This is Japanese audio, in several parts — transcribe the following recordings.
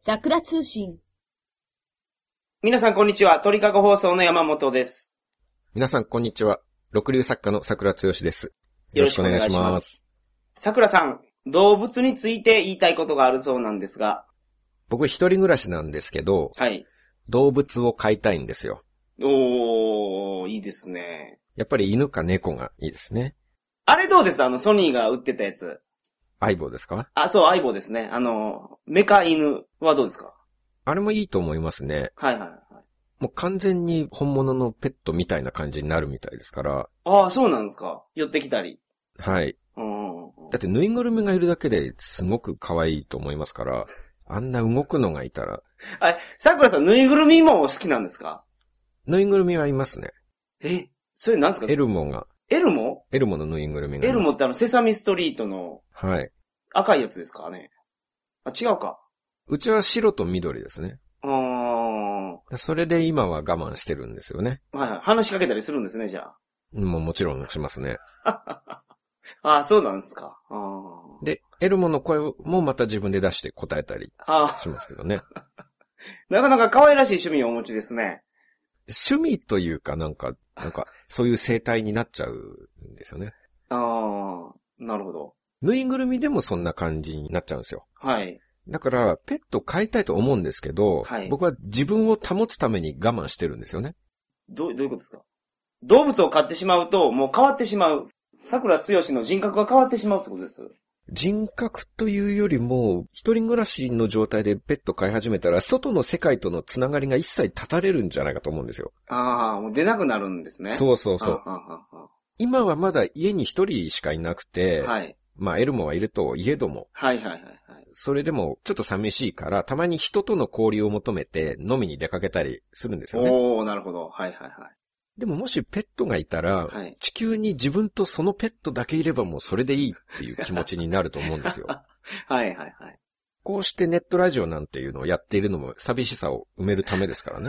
桜通信。 皆さんこんにちは。鳥かご放送の山本です。 皆さんこんにちは。六流作家の桜剛です。 よろしくお願いします。桜さん、動物について言いたいことがあるそうなんですが。 僕一人暮らしなんですけど、 はい。 動物を飼いたいんですよ。 いいですね。 やっぱり犬か猫がいいですね。 あれどうです？ソニーが売ってたやつ。 相棒ですか？ そう、相棒ですね。メカ犬はどうですか？ あれもいいと思いますね。 はいはいはい。 もう完全に本物のペットみたいな感じになるみたいですから。 そうなんですか。寄ってきたり。 はい。だってぬいぐるみがいるだけですごく可愛いと思いますから、あんな動くのがいたら。 桜さん、ぬいぐるみも好きなんですか？ ぬいぐるみはいますね。 それなんですか？ エルモが。 エルモのぬいぐるみがいます。 エルモってセサミストリートの。 はい。 赤いやつですかね。違うか。 うちは白と緑ですね。それで今は我慢してるんですよね。 はいはい。話しかけたりするんですね、じゃあ。 もちろんしますね。 そうなんですか。 で、エルモの声もまた自分で出して答えたりしますけどね。 なかなか可愛らしい趣味をお持ちですね。 趣味というかなんか、そういう生態になっちゃうんですよね。 なるほど。 ぬいぐるみでもそんな感じになっちゃうんですよ。 はい。 だから、ペット飼いたいと思うんですけど、はい、僕は自分を保つために我慢してるんですよね。 どういうことですか？動物を飼ってしまうと、もう変わってしまう。桜剛の人格が変わってしまうってことです。 人格というよりも、一人暮らしの状態でペット飼い始めたら、外の世界とのつながりが一切断たれるんじゃないかと思うんですよ。 もう出なくなるんですね。 そうそうそう。今はまだ家に一人しかいなくて、はい。エルモはいるといえども。 はいはいはい、はい。 それでもちょっと寂しいから、たまに人との交流を求めて飲みに出かけたりするんですよね。 なるほど。はいはいはい。 でももしペットがいたら、はい、地球に自分とそのペットだけいればもうそれでいいっていう気持ちになると思うんですよ。 はいはいはい。 こうしてネットラジオなんていうのをやっているのも寂しさを埋めるためですからね。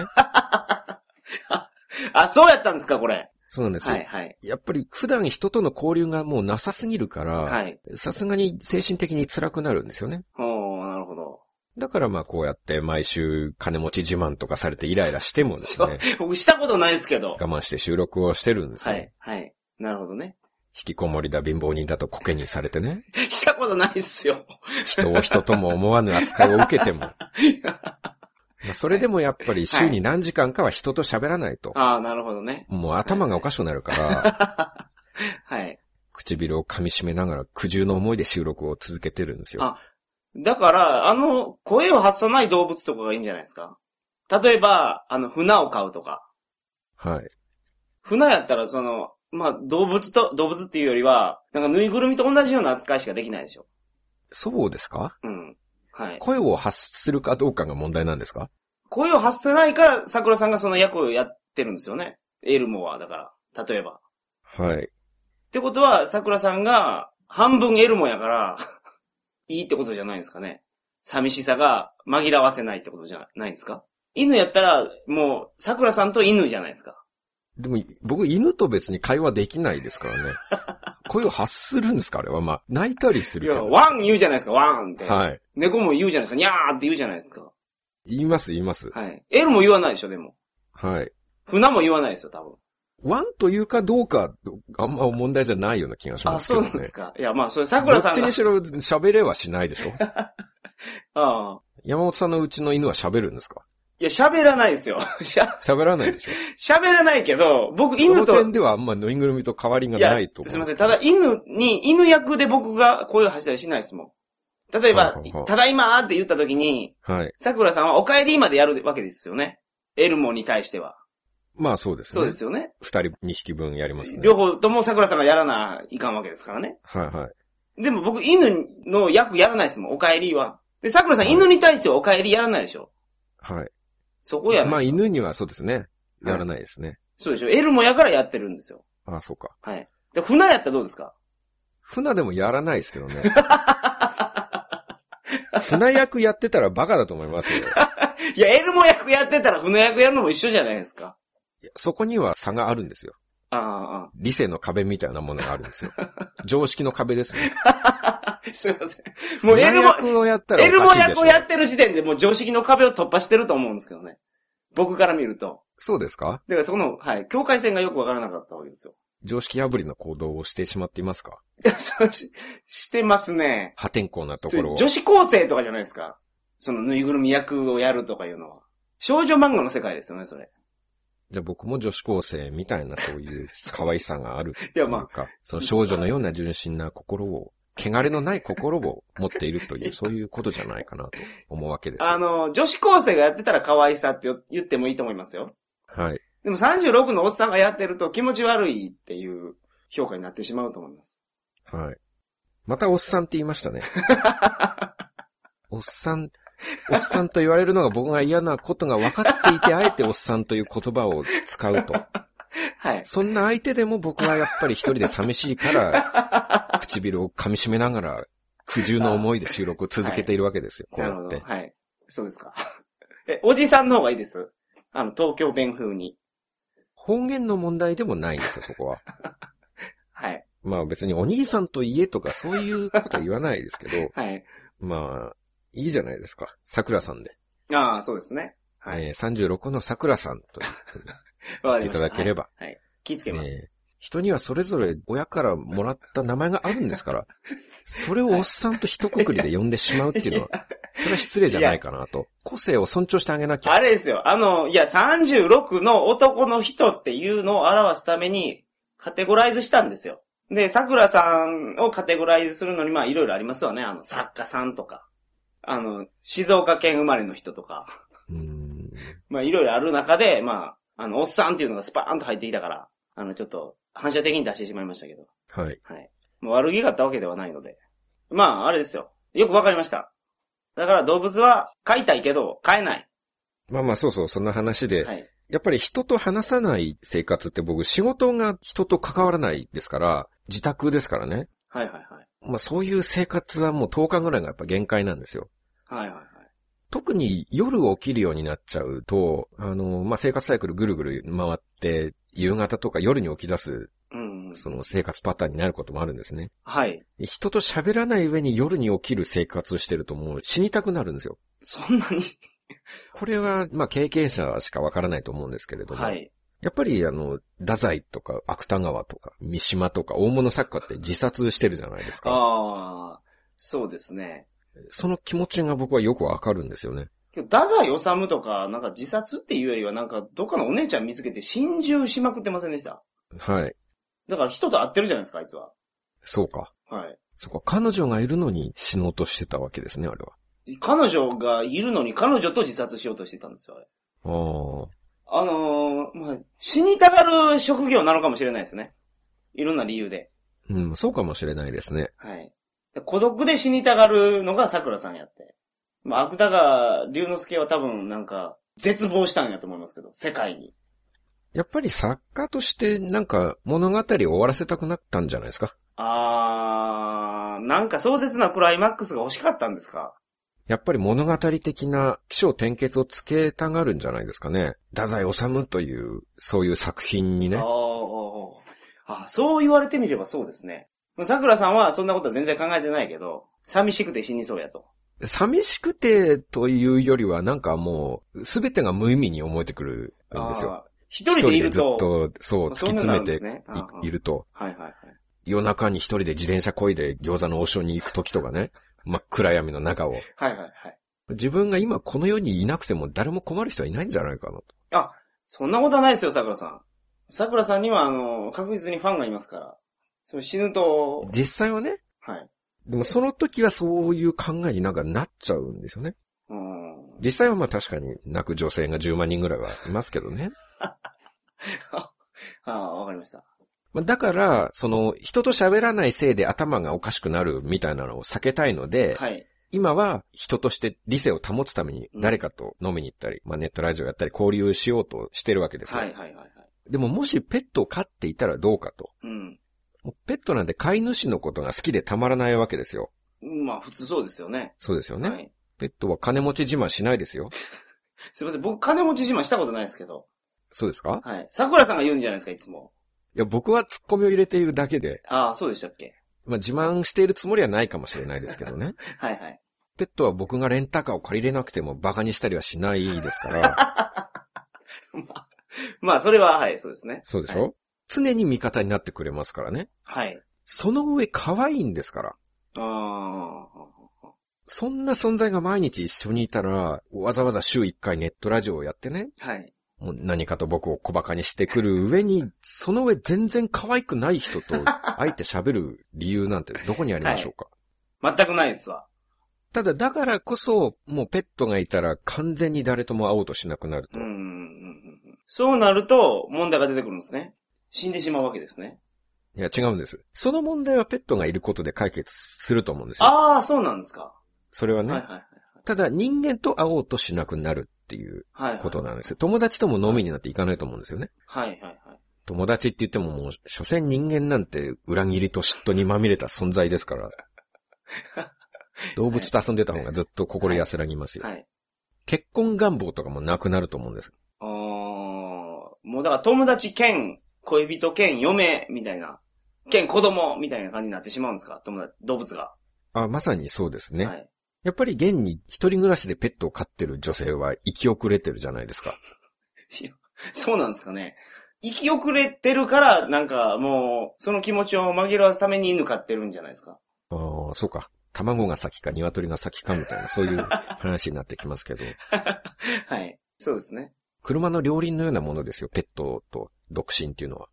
そうやったんですか、これ。 そうなんですよ。 はいはい。 やっぱり普段人との交流がもうなさすぎるから、はい。さすがに精神的に辛くなるんですよね。 なるほど。 だからこうやって毎週金持ち自慢とかされてイライラしてもですね。 僕したことないですけど。 我慢して収録をしてるんですよ。 はい、はい。なるほどね。 引きこもりだ貧乏人だとコケにされてね。 したことないっすよ。 人を人とも思わぬ扱いを受けても。それでもやっぱり週に何時間かは人と喋らないと。 なるほどね。 もう頭がおかしくなるから。 はい。 唇を噛み締めながら苦渋の思いで収録を続けてるんですよ。 だから、声を発さない動物とかがいいんじゃないですか？例えば、船を飼うとか。 はい。 船やったら動物っていうよりは、ぬいぐるみと同じような扱いしかできないでしょ。 そうですか？ うん。はい。 声を発するかどうかが問題なんですか？ 声を発せないから桜さんがその役をやってるんですよね。エルモは、だから、例えば。 はい。 ってことは、桜さんが半分エルモやから、いいってことじゃないんですかね。寂しさが紛らわせないってことじゃないんですか？犬やったら、もう、桜さんと犬じゃないですか。 でも、僕、犬と別に会話できないですからね。声を発するんですかあれは。泣いたりするけど。 ワン言うじゃないですか、ワンって。 はい。 猫も言うじゃないですか、ニャーって言うじゃないですか。 言います。 はい。エルも言わないでしょ、でも。 はい。 船も言わないですよ、多分。 ワンというかどうか、あんま問題じゃないような気がしますけどね。 そうなんですか。いや、それ桜さんが。 どっちにしろ喋れはしないでしょ。山本さんのうちの犬は喋るんですか？ いや、喋らないですよ。 喋らないでしょ。 喋らないけど、僕犬と。 その点ではあんまぬいぐるみと変わりがないと思う。 すいません。ただ犬役で僕が声を発したりしないですもん。例えば、ただいまーって言った時に、はい。桜さんはお帰りまでやるわけですよね。エルモに対しては。 そうですね。 そうですよね。 二人二匹分やりますね。 両方とも桜さんがやらないかんわけですからね。 はいはい。 でも僕犬の役やらないですもん、お帰りは。で、桜さん、はい、犬に対してはお帰りやらないでしょ。 はい。 そこやね。 犬にはそうですね。やらないですね。はい、 そうでしょ。エルモやからやってるんですよ。 そうか。 はい。で、船やったらどうですか？ 船でもやらないですけどね。船役やってたらバカだと思いますよ。 いや、エルモ役やってたら船役やるのも一緒じゃないですか。 いや、そこには差があるんですよ。 あ理性の壁みたいなものがあるんですよ。常識の壁ですね。 すいません。もうエルモ役をやったらおかしいでしょ。 エルモ役をやってる時点でもう常識の壁を突破してると思うんですけどね。僕から見ると。 そうですか？ だからその、はい、境界線がよくわからなかったわけですよ。 常識破りの行動をしてしまっていますか？ いや、そうしてますね。 破天荒なところを。 女子高生とかじゃないですか。そのぬいぐるみ役をやるとかいうのは。少女漫画の世界ですよね、それ。 じゃあ僕も女子高生みたいなそういう可愛さがあるというか、 いやまあ、 その少女のような純真な心を、汚れのない心を持っているという、そういうことじゃないかなと思うわけですよ。 女子高生がやってたら可愛さって言ってもいいと思いますよ。 はい。 でも36のおっさんがやってると気持ち悪いっていう評価になってしまうと思います。 はい。またおっさんって言いましたね。おっさんと言われるのが僕が嫌なことが分かっていて、あえておっさんという言葉を使うと。 はい。 そんな相手でも僕はやっぱり一人で寂しいから、唇を噛み締めながら、苦渋の思いで収録を続けているわけですよ。こうやって。 なるほど。はい。そうですか。おじさんの方がいいです。東京弁風に。 方言の問題でもないんですよ、そこは。 はい。 まあ別にお兄さんと家とかそういうことは言わないですけど、 はい。 まあ、いいじゃないですか。桜さんで。 ああ、そうですね。はい。 36の桜さんとわかりました。 言っていただければ。 はい。はい、気をつけます、 人にはそれぞれ親からもらった名前があるんですから、それをおっさんと一括りで呼んでしまうっていうのは、それは失礼じゃないかなと。個性を尊重してあげなきゃ。 あれですよ。いや、36の男の人っていうのを表すためにカテゴライズしたんですよ。で、桜さんをカテゴライズするのにまあいろいろありますよね。作家さんとか。静岡県生まれの人とか。まあいろいろある中で、まあ、おっさんっていうのがスパーンと入ってきたから、ちょっと反射的に出してしまいましたけど。 はい。 はい。もう悪気があったわけではないので。まあ、あれですよ。よくわかりました。だから動物は飼いたいけど飼えない。 まあまあそうそう、そんな話で。はい。やっぱり人と話さない生活って僕仕事が人と関わらないですから、自宅ですからね。 はいはいはい。 まあそういう生活はもう10日ぐらいがやっぱ限界なんですよ。 はいはいはい。 特に夜起きるようになっちゃうと、まあ生活サイクルぐるぐる回って、夕方とか夜に起き出す、その生活パターンになることもあるんですね。 はい。 人と喋らない上に夜に起きる生活をしてるともう死にたくなるんですよ。 そんなにこれは、まあ経験者しかわからないと思うんですけれども。はい。やっぱり太宰とか芥川とか三島とか大物作家って自殺してるじゃないですか。 ああ、そうですね。 その気持ちが僕はよくわかるんですよね。 太宰治とか、なんか自殺っていうよりはなんかどっかのお姉ちゃん見つけて心中しまくってませんでした？ はい。 だから人と会ってるじゃないですか、あいつは。 そうか。 はい。 そうか。彼女がいるのに死のうとしてたわけですね、あれは。 彼女がいるのに彼女と自殺しようとしてたんですよ、あれ。まあ、死にたがる職業なのかもしれないですね。いろんな理由で。 うん、そうかもしれないですね。 はい。孤独で死にたがるのが桜さんやって。まあ、芥川龍之介は多分なんか、絶望したんやと思いますけど、世界に。 やっぱり作家としてなんか物語を終わらせたくなったんじゃないですか？ なんか壮絶なクライマックスが欲しかったんですか？ やっぱり物語的な起承転結をつけたがるんじゃないですかね。太宰治という、そういう作品にね。 そう言われてみればそうですね。桜さんはそんなことは全然考えてないけど、寂しくて死にそうやと。 寂しくてというよりはなんかもう、すべてが無意味に思えてくるんですよ。 一人でいると。 ずっと、そう、突き詰めていると。 はいはいはい。 夜中に一人で自転車漕いで餃子の王将に行くときとかね。真っ暗闇の中を。 はいはいはい。 自分が今この世にいなくても誰も困る人はいないんじゃないかなと。 そんなことはないですよ、桜さん。桜さんには確実にファンがいますから。それ死ぬと。 実際はね。 はい。 でもその時はそういう考えになんかなっちゃうんですよね。実際はまあ確かに泣く女性が10万人ぐらいはいますけどね。 わかりました。 だから、人と喋らないせいで頭がおかしくなるみたいなのを避けたいので、はい、今は人として理性を保つために誰かと飲みに行ったり、まあネットラジオやったり交流しようとしてるわけですよ。はいはいはいはい。でももしペットを飼っていたらどうかと。ペットなんて飼い主のことが好きでたまらないわけですよ。 まあ普通そうですよね。 そうですよね。はい、ペットは金持ち自慢しないですよ。 すいません、僕金持ち自慢したことないですけど。 そうですか？ はい。桜さんが言うんじゃないですか、いつも。 や、僕はツッコミを入れているだけで。 ああ、そうでしたっけ？ まあ、自慢しているつもりはないかもしれないですけどね。 はいはい。 ペットは僕がレンタカーを借りれなくてもバカにしたりはしないですから。 まあ、それは、はい、そうですね。 そうでしょ、 はい、 常に味方になってくれますからね。 はい。 その上可愛いんですから。そんな存在が毎日一緒にいたら、わざわざ週1回ネットラジオをやってね。 はい。 もう何かと僕を小馬鹿にしてくる上に、その上全然可愛くない人とあえて喋る理由なんてどこにありましょうか、 はい、全くないですわ。 ただ、だからこそ、もうペットがいたら完全に誰とも会おうとしなくなると。 そうなると問題が出てくるんですね。死んでしまうわけですね。 いや、違うんです。その問題はペットがいることで解決すると思うんですよ。 ああ、そうなんですか。 それはね。 はいはいはい、 ただ、人間と会おうとしなくなるっていうことなんですよ。友達とも飲みになっていかないと思うんですよね。 はいはいはい。 友達って言ってももう、所詮人間なんて裏切りと嫉妬にまみれた存在ですから。動物と遊んでた方がずっと心安らぎますよ。はいはい、結婚願望とかもなくなると思うんです。 もうだから友達兼恋人兼嫁みたいな、兼子供みたいな感じになってしまうんですか、動物が。 あ、まさにそうですね。はい、やっぱり現に一人暮らしでペットを飼ってる女性は生き遅れてるじゃないですか。 そうなんですかね。生き遅れてるから、なんかもう、その気持ちを紛らわすために犬飼ってるんじゃないですか。 ああ、そうか。卵が先か鶏が先かみたいな、そういう話になってきますけど。 はい。そうですね。 車の両輪のようなものですよ、ペットと独身っていうのは。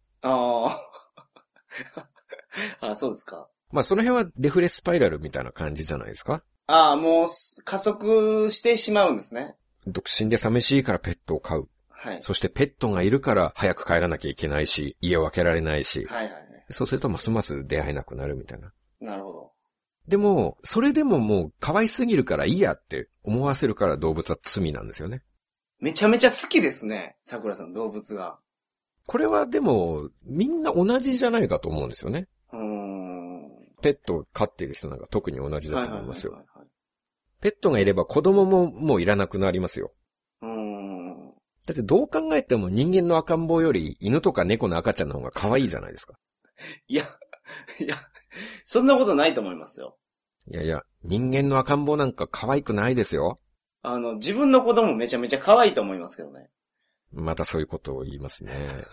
ああ、そうですか。 まあその辺はデフレスパイラルみたいな感じじゃないですか。 ああ、もう加速してしまうんですね。 独身で寂しいからペットを飼う。 はい。 そしてペットがいるから早く帰らなきゃいけないし、家を空けられないし。 はいはいはい。 そうするとますます出会えなくなるみたいな。 なるほど。 でも、それでももう可愛すぎるからいいやって思わせるから動物は罪なんですよね。 めちゃめちゃ好きですね、桜さん、動物が。 これはでも、みんな同じじゃないかと思うんですよね。ペットを飼っている人なんか特に同じだと思いますよ。ペットがいれば子供ももういらなくなりますよ。だってどう考えても人間の赤ん坊より犬とか猫の赤ちゃんの方が可愛いじゃないですか。 いや、そんなことないと思いますよ。 いや、人間の赤ん坊なんか可愛くないですよ。 自分の子供めちゃめちゃ可愛いと思いますけどね。 またそういうことを言いますね。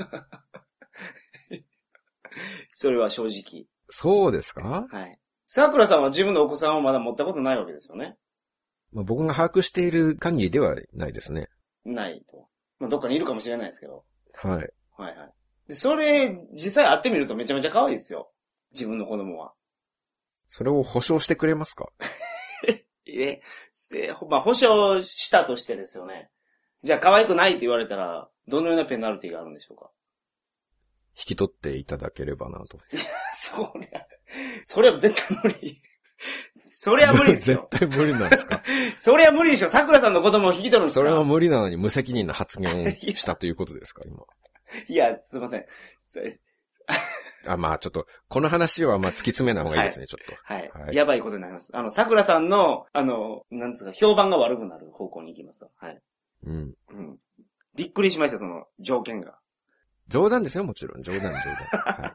それは正直。 そうですか？ はい。桜さんは自分のお子さんをまだ持ったことないわけですよね。 まあ、僕が把握している限りではないですね。 ないと。まあ、どっかにいるかもしれないですけど。 はい。 はいはい。で、それ、実際会ってみるとめちゃめちゃ可愛いですよ。自分の子供は。 それを保証してくれますか？ まあ、保証したとしてですよね。じゃあ可愛くないって言われたら、どのようなペナルティがあるんでしょうか？ 引き取っていただければなと。 いや、そりゃ絶対無理。そりゃ無理ですよ。 絶対無理なんですか？ そりゃ無理でしょ。桜さんの子供を引き取るんですか？ それは無理なのに無責任な発言をしたということですか、今。 いや、すいません。 まあちょっと、この話はまあ突き詰めない方がいいですね、はい、ちょっと。 はい。はい。やばいことになります。桜さんの、なんですか、評判が悪くなる方向に行きます。はい。うん。びっくりしました、その条件が。 冗談ですよ、もちろん。冗談。はい。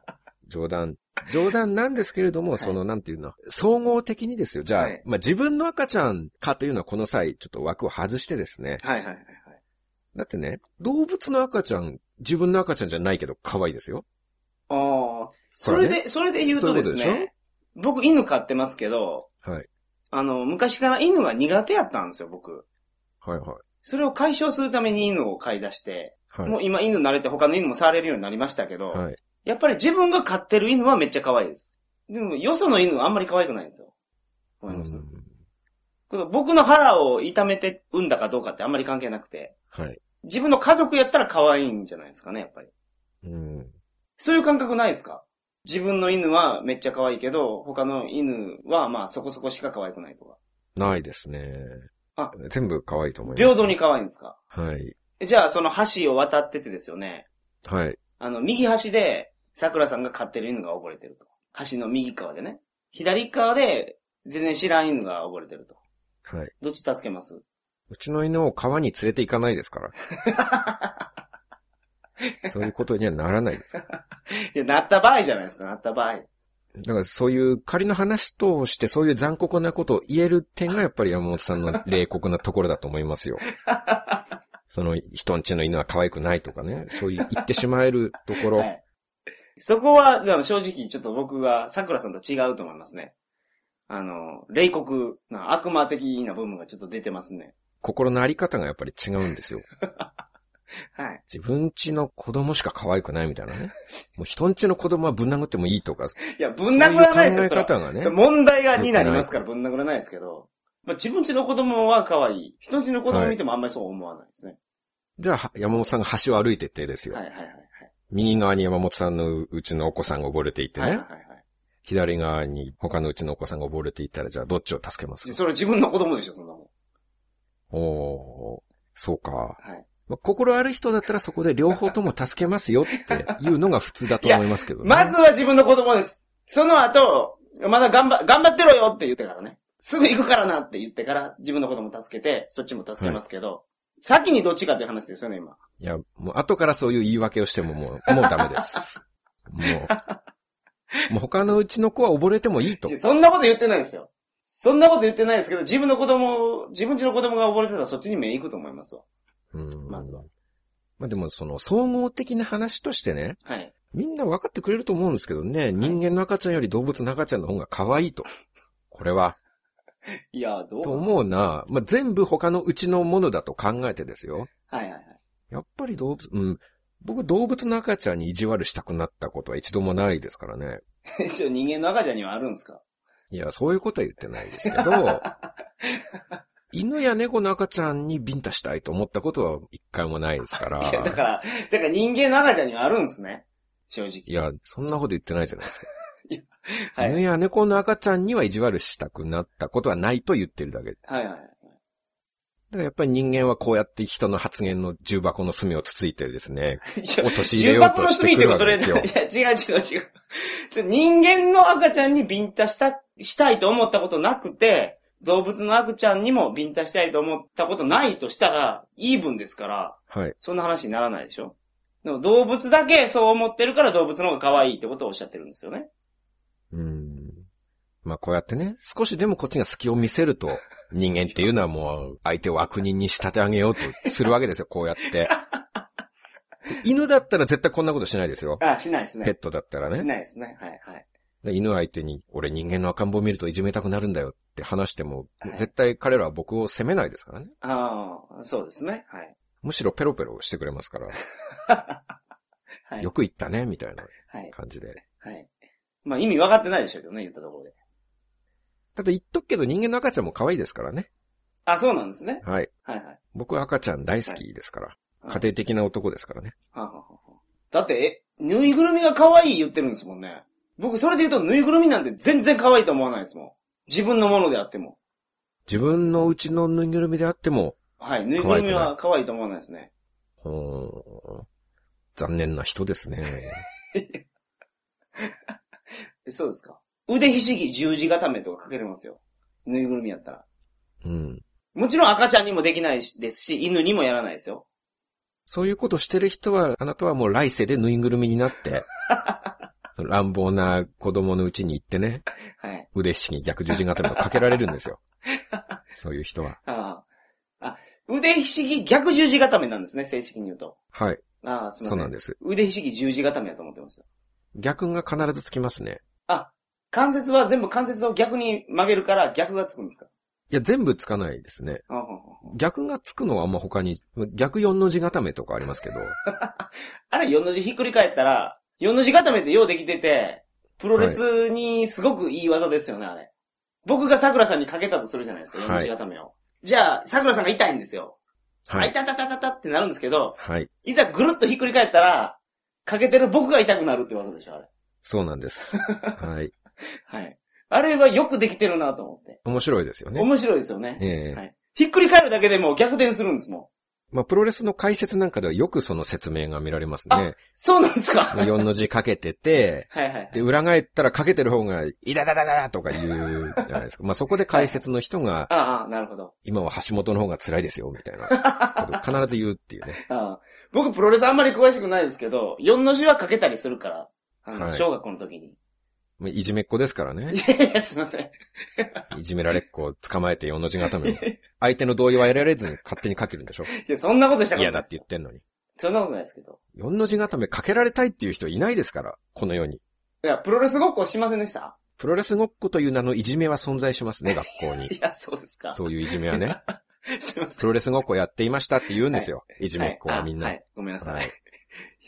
冗談なんですけれども、はい、なんていうの、総合的にですよ。じゃあ、はい、まあ自分の赤ちゃんかというのはこの際、ちょっと枠を外してですね。 はいはいはい。 だってね、動物の赤ちゃん、自分の赤ちゃんじゃないけど可愛いですよ。 ああ、それで言うとですね、僕犬飼ってますけど、はい。昔から犬が苦手やったんですよ、僕。 はいはい。 それを解消するために犬を飼い出して、はい、もう今犬慣れて他の犬も触れるようになりましたけど、はい。やっぱり自分が飼ってる犬はめっちゃ可愛いです。でも、よその犬はあんまり可愛くないんですよ。思います。僕の腹を痛めて産んだかどうかってあんまり関係なくて、はい。自分の家族やったら可愛いんじゃないですかね、やっぱり。そういう感覚ないですか？自分の犬はめっちゃ可愛いけど、他の犬はまあそこそこしか可愛くないとか。 ないですね。全部可愛いと思います、 平等に可愛いんですか？ はい。 じゃあその橋を渡っててですよね。はい。右端で桜さんが飼ってる犬が溺れてると。橋の右側でね。左側で全然知らん犬が溺れてると。はい。どっち助けます？ うちの犬を川に連れて行かないですから。そういうことにはならないです。 いや、なった場合じゃないですか、なった場合。 だからそういう仮の話としてそういう残酷なことを言える点がやっぱり山本さんの冷酷なところだと思いますよ。その人んちの犬は可愛くないとかね、そういう言ってしまえるところ。はい、 そこは、正直ちょっと僕が桜さんと違うと思いますね。冷酷な悪魔的な部分がちょっと出てますね。 心のあり方がやっぱり違うんですよ。 はい。 自分家の子供しか可愛くないみたいなね。もう人ん家の子供はぶん殴ってもいいとか。 いや、ぶん殴らないですよ。 そういう考え方がね。 そ問題がになりますからぶん殴らないですけど。まあ、自分家の子供は可愛い。人ん家の子供を見てもあんまりそう思わないですね。はい、 じゃあ、山本さんが橋を歩いてってですよ。 はいはいはい、はい。 右側に山本さんのうちのお子さんが溺れていてね。 はいはいはい。 左側に他のうちのお子さんが溺れていたら、じゃあどっちを助けますか？ それ自分の子供でしょ、そんなもん。 おー、そうか。 はい。 心ある人だったらそこで両方とも助けますよっていうのが普通だと思いますけどね。 まずは自分の子供です。その後、まだ頑張ってろよって言ってからね。すぐ行くからなって言ってから自分の子供助けて、そっちも助けますけど、はい、先にどっちかっていう話ですよね、今。 いや、もう後からそういう言い訳をしてももうダメです。もう他のうちの子は溺れてもいいと。 そんなこと言ってないですよ。そんなこと言ってないですけど、自分家の子供が溺れてたらそっちに目行くと思いますわ。まずは。 まあ、でもその総合的な話としてね。 はい。 みんな分かってくれると思うんですけどね。はい、人間の赤ちゃんより動物の赤ちゃんの方が可愛いと。これは。 いや、どうと思うな。まあ、全部他のうちのものだと考えてですよ。 はいはいはい。 やっぱり僕動物の赤ちゃんに意地悪したくなったことは一度もないですからね。 人間の赤ちゃんにはあるんですか？ いや、そういうことは言ってないですけど、犬や猫の赤ちゃんにビンタしたいと思ったことは一回もないですから。 いや、だから人間の赤ちゃんにはあるんですね。正直。 いや、そんなこと言ってないじゃないですか。 はい、 犬や猫の赤ちゃんには意地悪したくなったことはないと言ってるだけ。 はいはい。 だからやっぱり人間はこうやって人の発言の重箱の隅をつついてですね、陥れようとしてくるわけですよ。 いや、違う。人間の赤ちゃんにビンタしたいと思ったことなくて、動物の赤ちゃんにもビンタしたいと思ったことないとしたら、イーブンですから、 はい。 そんな話にならないでしょ。でも動物だけそう思ってるから動物の方が可愛いってことをおっしゃってるんですよね。 まあこうやってね、少しでもこっちが隙を見せると、人間っていうのはもう相手を悪人に仕立て上げようとするわけですよ、こうやって。犬だったら絶対こんなことしないですよ。 しないですね。 ペットだったらね。 しないですね。はいはい。 犬相手に、俺人間の赤ん坊見るといじめたくなるんだよって話しても、絶対彼らは僕を責めないですからね。 ああ、そうですね。はい。 むしろペロペロしてくれますから。はい、よく言ったね、みたいな感じで。 はい。まあ意味分かってないでしょうけどね、言ったところで。 ただ言っとくけど人間の赤ちゃんも可愛いですからね。 あ、そうなんですね。 はい。 はいはい。 僕は赤ちゃん大好きですから。はい、家庭的な男ですからね。 だって、ぬいぐるみが可愛い言ってるんですもんね。僕それで言うとぬいぐるみなんて全然可愛いと思わないですもん。自分のものであっても。 自分のうちのぬいぐるみであっても。 はい、ぬいぐるみは可愛いと思わないですね。 残念な人ですね。 そうですか。腕ひしぎ十字固めとかかけれますよ。ぬいぐるみやったら。もちろん赤ちゃんにもできないですし、犬にもやらないですよ。 そういうことしてる人は、あなたはもう来世でぬいぐるみになって、乱暴な子供のうちに行ってね、はい、腕ひしぎ逆十字固めをかけられるんですよ。そういう人は。 腕ひしぎ逆十字固めなんですね、正式に言うと。 はい。 すみません。 そうなんです。 腕ひしぎ十字固めだと思ってました。 逆が必ずつきますね。 関節は全部関節を逆に曲げるから逆がつくんですか？ いや、全部つかないですね。逆がつくのはあんま他に、逆4の字固めとかありますけど。 あれ4の字ひっくり返ったら、4の字固めってようできてて、プロレスにすごくいい技ですよね、あれ。僕が桜さんにかけたとするじゃないですか、4の字固めを。じゃあ、桜さんが痛いんですよ。はい。痛ってなるんですけど、はい。いざぐるっとひっくり返ったら、かけてる僕が痛くなるって技でしょ、あれ。 そうなんです。はい。 はい。あれはよくできてるなと思って。 面白いですよね。 面白いですよね。はい。ひっくり返るだけでも逆転するんですもん。 まあ、プロレスの解説なんかではよくその説明が見られますね。 そうなんですか。 4の字かけてて、 はいはい。 で、裏返ったらかけてる方が、イダダダダとか言うじゃないですか。まあ、そこで解説の人が、 なるほど。 今は橋本の方が辛いですよ、みたいなこと必ず言うっていうね。 僕プロレスあんまり詳しくないですけど、4の字はかけたりするから、 小学校の時に。 いじめっ子ですからね。 いやいや、すいません。 いじめられっ子を捕まえて4の字固めを。相手の同意は得られずに勝手に書けるんでしょ。 いや、そんなことしたことない。 嫌だって言ってんのに。 そんなことないですけど。 4の字固めかけられたいっていう人いないですから、この世に。 いや、プロレスごっこしませんでした？ プロレスごっこという名のいじめは存在しますね、学校に。 いや、そうですか。 そういういじめはね。 すいません。 プロレスごっこやっていましたって言うんですよ。はい、いじめっ子はみんな。 はい、ごめんなさい。はい、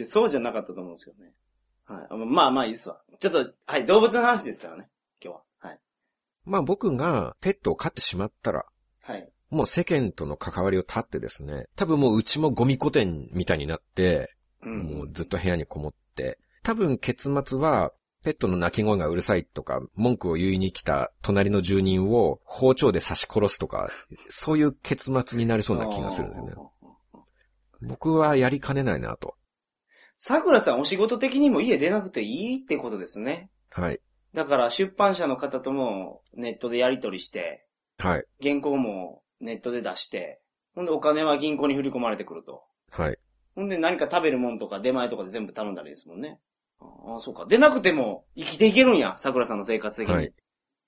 そうじゃなかったと思うんですけどね。はい。まあいいっすわ。ちょっと、はい、動物の話ですからね、今日は。はい。 まあ僕がペットを飼ってしまったら、 はい。 もう世間との関わりを絶ってですね、多分もううちもゴミ古典みたいになって、もうずっと部屋にこもって、多分結末は、ペットの鳴き声がうるさいとか、文句を言いに来た隣の住人を包丁で刺し殺すとか、そういう結末になりそうな気がするんですよね。僕はやりかねないなと。 桜さんお仕事的にも家出なくていいってことですね。 はい。 だから出版社の方ともネットでやり取りして、 はい。 原稿もネットで出して、ほんでお金は銀行に振り込まれてくると。 はい。 ほんで何か食べるもんとか出前とかで全部頼んだらいいですもんね。ああ、そうか。出なくても生きていけるんや、桜さんの生活的に。はい。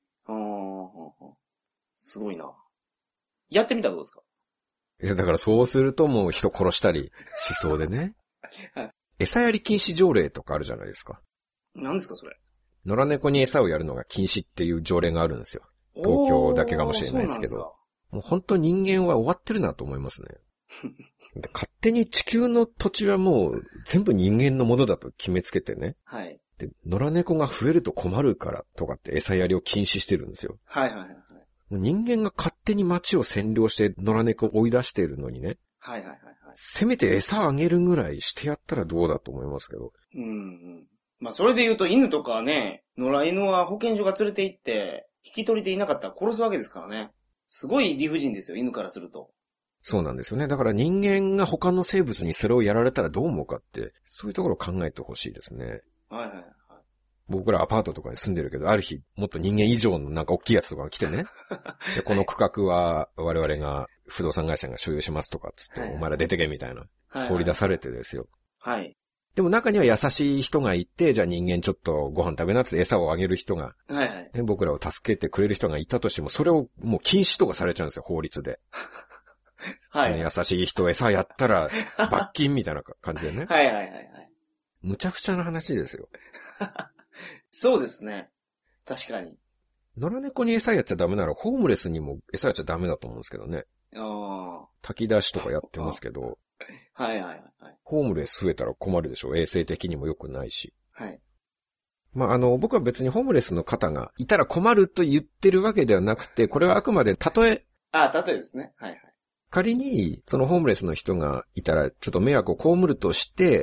すごいな。やってみたらどうですか？ いや、だからそうするともう人殺したりしそうでね。はい。餌やり禁止条例とかあるじゃないですか。 何ですかそれ？ 野良猫に餌をやるのが禁止っていう条例があるんですよ。東京だけかもしれないですけど。もう本当人間は終わってるなと思いますね。勝手に地球の土地はもう全部人間のものだと決めつけてね。 はい。 で、野良猫が増えると困るからとかって餌やりを禁止してるんですよ。 はいはいはい。 人間が勝手に街を占領して野良猫を追い出しているのにね。 はいはいはい。 せめて餌あげるぐらいしてやったらどうだと思いますけど。 まあそれで言うと犬とかね、野良犬は保健所が連れて行って、引き取りでいなかったら殺すわけですからね。すごい理不尽ですよ、犬からすると。 そうなんですよね。だから人間が他の生物にそれをやられたらどう思うかって、そういうところを考えてほしいですね。 はいはいはい。 僕らアパートとかに住んでるけど、ある日、もっと人間以上のなんか大きいやつとかが来てね。で、この区画は我々が不動産会社が所有しますとかっつって、お前ら出てけみたいな。放り出されてですよ。 はい。 でも中には優しい人がいて、じゃあ人間ちょっとご飯食べなって餌をあげる人が、 はいはい。 ね、僕らを助けてくれる人がいたとしても、それをもう禁止とかされちゃうんですよ、法律で。はい。その優しい人餌やったら罰金みたいな感じでね。 はいはいはいはい。 むちゃくちゃな話ですよ。 そうですね。確かに。 野良猫に餌やっちゃダメなら、ホームレスにも餌やっちゃダメだと思うんですけどね。炊き出しとかやってますけど。 はいはいはい。 ホームレス増えたら困るでしょ。衛生的にも良くないし。 はい。 まあ、僕は別にホームレスの方がいたら困ると言ってるわけではなくて、これはあくまで例え。 例えですね。はいはい。 仮に、そのホームレスの人がいたら、ちょっと迷惑を被るとして、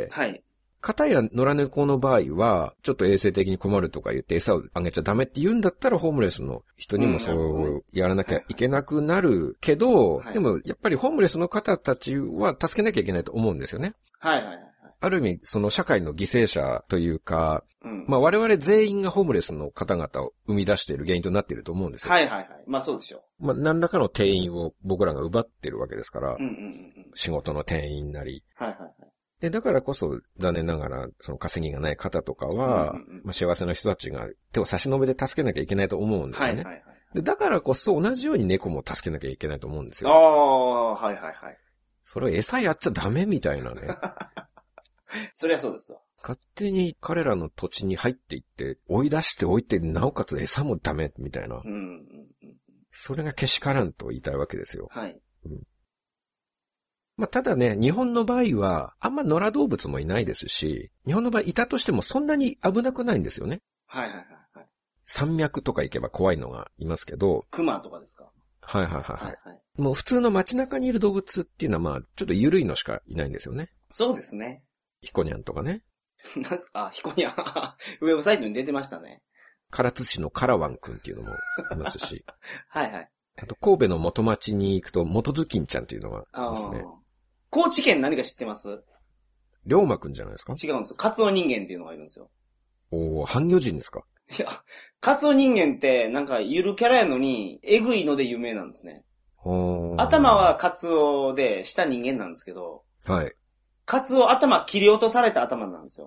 はい。 片や野良猫の場合は、ちょっと衛生的に困るとか言って餌をあげちゃダメって言うんだったら、ホームレスの人にもそうやらなきゃいけなくなるけど、でもやっぱりホームレスの方たちは助けなきゃいけないと思うんですよね。 はいはいはい。 ある意味、その社会の犠牲者というか、まあ我々全員がホームレスの方々を生み出している原因となっていると思うんですよ。 はいはいはい。まあそうでしょう。まあ何らかの定員を僕らが奪ってるわけですから、仕事の定員なり。 はいはいはい。 で、だからこそ残念ながら、その稼ぎがない方とかは、まあ幸せな人たちが手を差し伸べて助けなきゃいけないと思うんですよね。はいはいはい。で、だからこそ同じように猫も助けなきゃいけないと思うんですよ。 はいはいはい。それを餌やっちゃダメみたいなね。 そりゃそうですわ。 勝手に彼らの土地に入っていって、追い出しておいて、なおかつ餌もダメみたいな。それがけしからんと言いたいわけですよ。 はい。 まあ、ただね、日本の場合は、あんま野良動物もいないですし、日本の場合いたとしてもそんなに危なくないんですよね。 はいはいはい、はい。 山脈とか行けば怖いのがいますけど。 熊とかですか？はいはいはいはい。はい、もう普通の街中にいる動物っていうのはまあ、ちょっと緩いのしかいないんですよね。 そうですね。 ヒコニャンとかね。 なんすか？ヒコニャン。ウェブサイトに出てましたね。 唐津市のカラワンくんっていうのもいますし。 はいはい。 あと神戸の元町に行くと元ズキンちゃんっていうのがいますね。 高知県何か知ってます？ 龍馬くんじゃないですか？ 違うんですよ。カツオ人間っていうのがいるんですよ。 半魚人ですか？ いや、カツオ人間ってなんかゆるキャラやのに、えぐいので有名なんですね。頭はカツオで、下人間なんですけど。 はい。 カツオ頭切り落とされた頭なんですよ。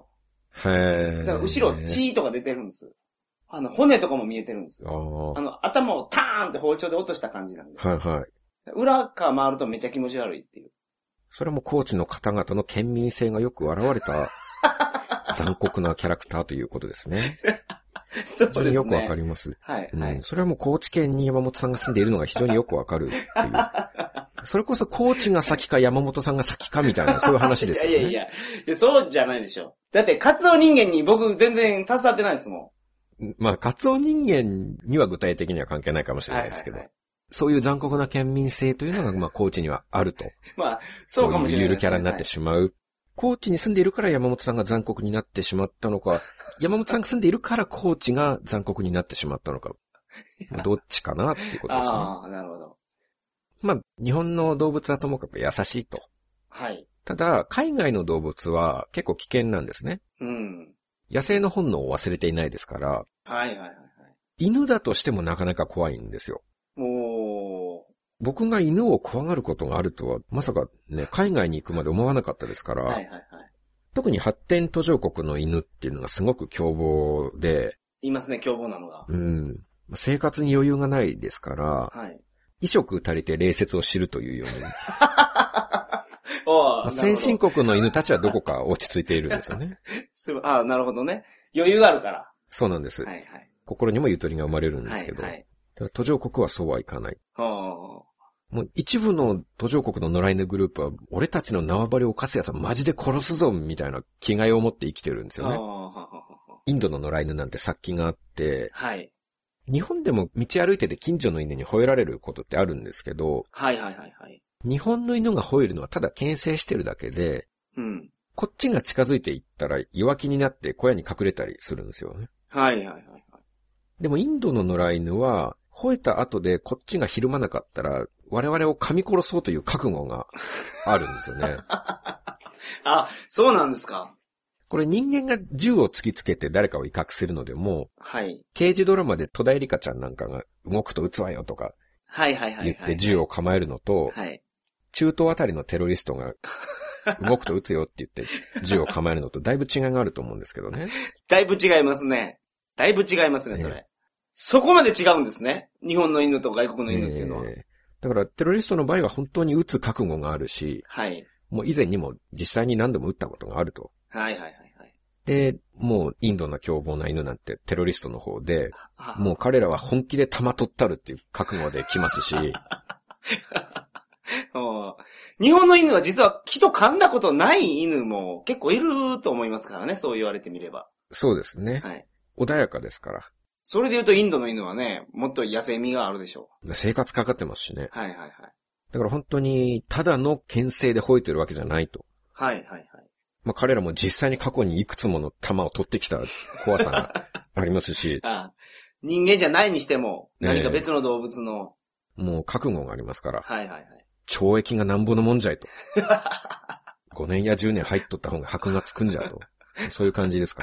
へー。 だから後ろ血とか出てるんです。骨とかも見えてるんです。頭をターンって包丁で落とした感じなんで。 はいはい。 裏側回るとめっちゃ気持ち悪いっていう。 それも高知の方々の県民性がよく現れた残酷なキャラクターということですね。 そうですね。 非常によくわかります。 はい、はい。 それはもう高知県に山本さんが住んでいるのが非常によくわかるっていう。それこそ高知が先か山本さんが先かみたいな、そういう話ですよね。 いや、そうじゃないでしょ。だってカツオ人間に僕全然携わってないですもん。まあ、カツオ人間には具体的には関係ないかもしれないですけど。はいはいはい、そういう残酷な県民性というのが、まあ、高知にはあると。 まあ、そうかもしれない、ね。 そういうゆるキャラになってしまう。はい、高知に住んでいるから山本さんが残酷になってしまったのか、山本さんが住んでいるから高知が残酷になってしまったのか。どっちかなっていうことですね。 ああ、なるほど。 まあ、日本の動物はともかく優しいと。 はい。 ただ、海外の動物は結構危険なんですね。 うん。 野生の本能を忘れていないですから。 はいはいはいはい。 犬だとしてもなかなか怖いんですよ。僕が犬を怖がることがあるとは、まさかね、海外に行くまで思わなかったですから。 はいはいはい。 特に発展途上国の犬っていうのがすごく凶暴で。 いますね、凶暴なのが。 うん。生活に余裕がないですから。はい。衣食足りて礼節を知るというように。先進国の犬たちはどこか落ち着いているんですよね。 なるほどね。余裕があるから。 そうなんです。はいはい。心にもゆとりが生まれるんですけど。はいはい。ただ途上国はそうはいかない。もう一部の途上国の野良犬グループは、俺たちの縄張りを犯す奴はマジで殺すぞみたいな気概を持って生きてるんですよね。インドの野良犬なんて殺気があって、はい。日本でも道歩いてて近所の犬に吠えられることってあるんですけど、 はいはいはいはい。 日本の犬が吠えるのはただ牽制してるだけで、うん。こっちが近づいていったら弱気になって小屋に隠れたりするんですよね。はいはいはい。でもインドの野良犬は、吠えた後でこっちがひるまなかったら、我々を噛み殺そうという覚悟があるんですよね。 あ、そうなんですか。 これ人間が銃を突きつけて誰かを威嚇するのでも、はい。刑事ドラマで戸田恵梨香ちゃんなんかが動くと撃つわよとか、はいはいはい。言って銃を構えるのと、はい。中東あたりのテロリストが動くと撃つよって言って銃を構えるのとだいぶ違いがあると思うんですけどね。 だいぶ違いますね。だいぶ違いますね、それ。そこまで違うんですね。日本の犬と外国の犬っていうのは。 だからテロリストの場合は本当に撃つ覚悟があるし、はい。もう以前にも実際に何度も撃ったことがあると。はいはいはいはい。で、もうインドの凶暴な犬なんてテロリストの方で、もう彼らは本気で弾取ったるっていう覚悟で来ますし。 日本の犬は実は人噛んだことない犬も結構いると思いますからね、そう言われてみれば。 そうですね。はい。穏やかですから。 それで言うとインドの犬はね、もっと野生味があるでしょう。生活かかってますしね。 はいはいはい。 だから本当に、ただの牽制で吠えてるわけじゃないと。 はいはいはい。 まあ彼らも実際に過去にいくつもの弾を取ってきた怖さがありますし。 人間じゃないにしても、何か別の動物の。 もう覚悟がありますから。 はいはいはい。 懲役がなんぼのもんじゃいと。5年や10年入っとった方が箔がつくんじゃと。そういう感じですから。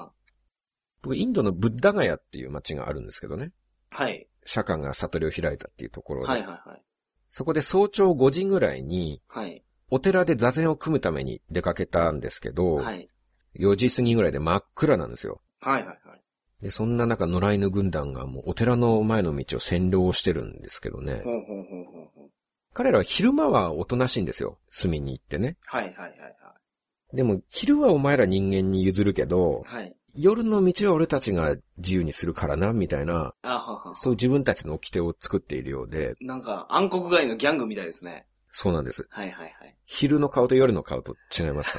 僕、インドのブッダガヤっていう街があるんですけどね。はい。釈迦が悟りを開いたっていうところで。はいはいはい。そこで早朝5時ぐらいに、はい。お寺で座禅を組むために出かけたんですけど、はい。4時過ぎぐらいで真っ暗なんですよ。はいはいはい。で、そんな中、野良犬軍団がもうお寺の前の道を占領してるんですけどね。彼らは昼間はおとなしいんですよ。隅に行ってね。はいはいはいはい。でも、昼はお前ら人間に譲るけど、はい。夜の道は俺たちが自由にするからな、みたいな、そういう自分たちの掟を作っているようで。 なんか、暗黒街のギャングみたいですね。 そうなんです。 はいはいはい。 昼の顔と夜の顔と違いますから。